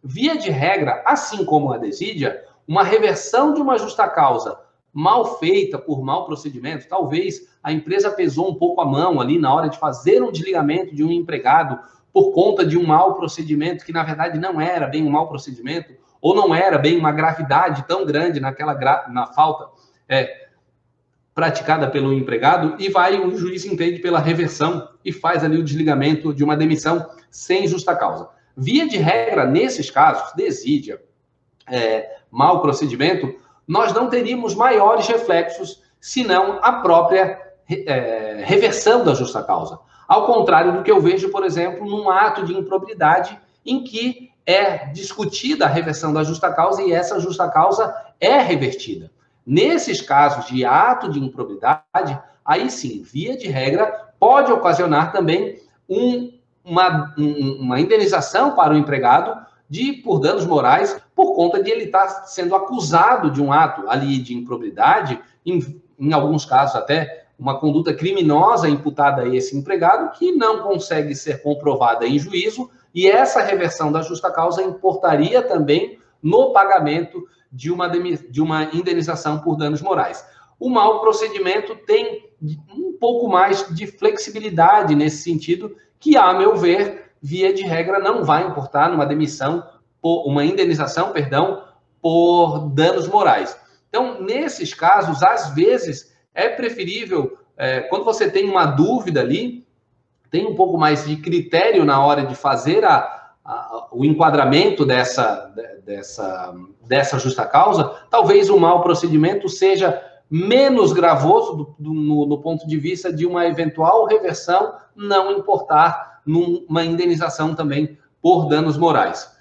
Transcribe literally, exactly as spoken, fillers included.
Via de regra, assim como a desídia, uma reversão de uma justa causa mal feita por mau procedimento, talvez a empresa pesou um pouco a mão ali na hora de fazer um desligamento de um empregado por conta de um mau procedimento, que na verdade não era bem um mau procedimento, ou não era bem uma gravidade tão grande naquela gra... na falta é, praticada pelo empregado, e vai, o juiz entende pela reversão e faz ali o desligamento de uma demissão sem justa causa. Via de regra, nesses casos, desídia, é, mau procedimento, nós não teríamos maiores reflexos, senão a própria é, reversão da justa causa. Ao contrário do que eu vejo, por exemplo, num ato de improbidade em que é discutida a reversão da justa causa e essa justa causa é revertida. Nesses casos de ato de improbidade, aí sim, via de regra, pode ocasionar também um, uma, um, uma indenização para o empregado de, por danos morais, por conta de ele estar sendo acusado de um ato ali de improbidade, em, em alguns casos até uma conduta criminosa imputada a esse empregado, que não consegue ser comprovada em juízo, e essa reversão da justa causa importaria também no pagamento de uma, de uma indenização por danos morais. O mau procedimento tem um pouco mais de flexibilidade nesse sentido, que, a meu ver, via de regra, não vai importar numa demissão, por, uma indenização, perdão, por danos morais. Então, nesses casos, às vezes, é preferível, é, quando você tem uma dúvida ali, tem um pouco mais de critério na hora de fazer a, a, o enquadramento dessa, dessa, dessa justa causa, talvez o mau procedimento seja menos gravoso do, do, no, no ponto de vista de uma eventual reversão não importar numa indenização também por danos morais.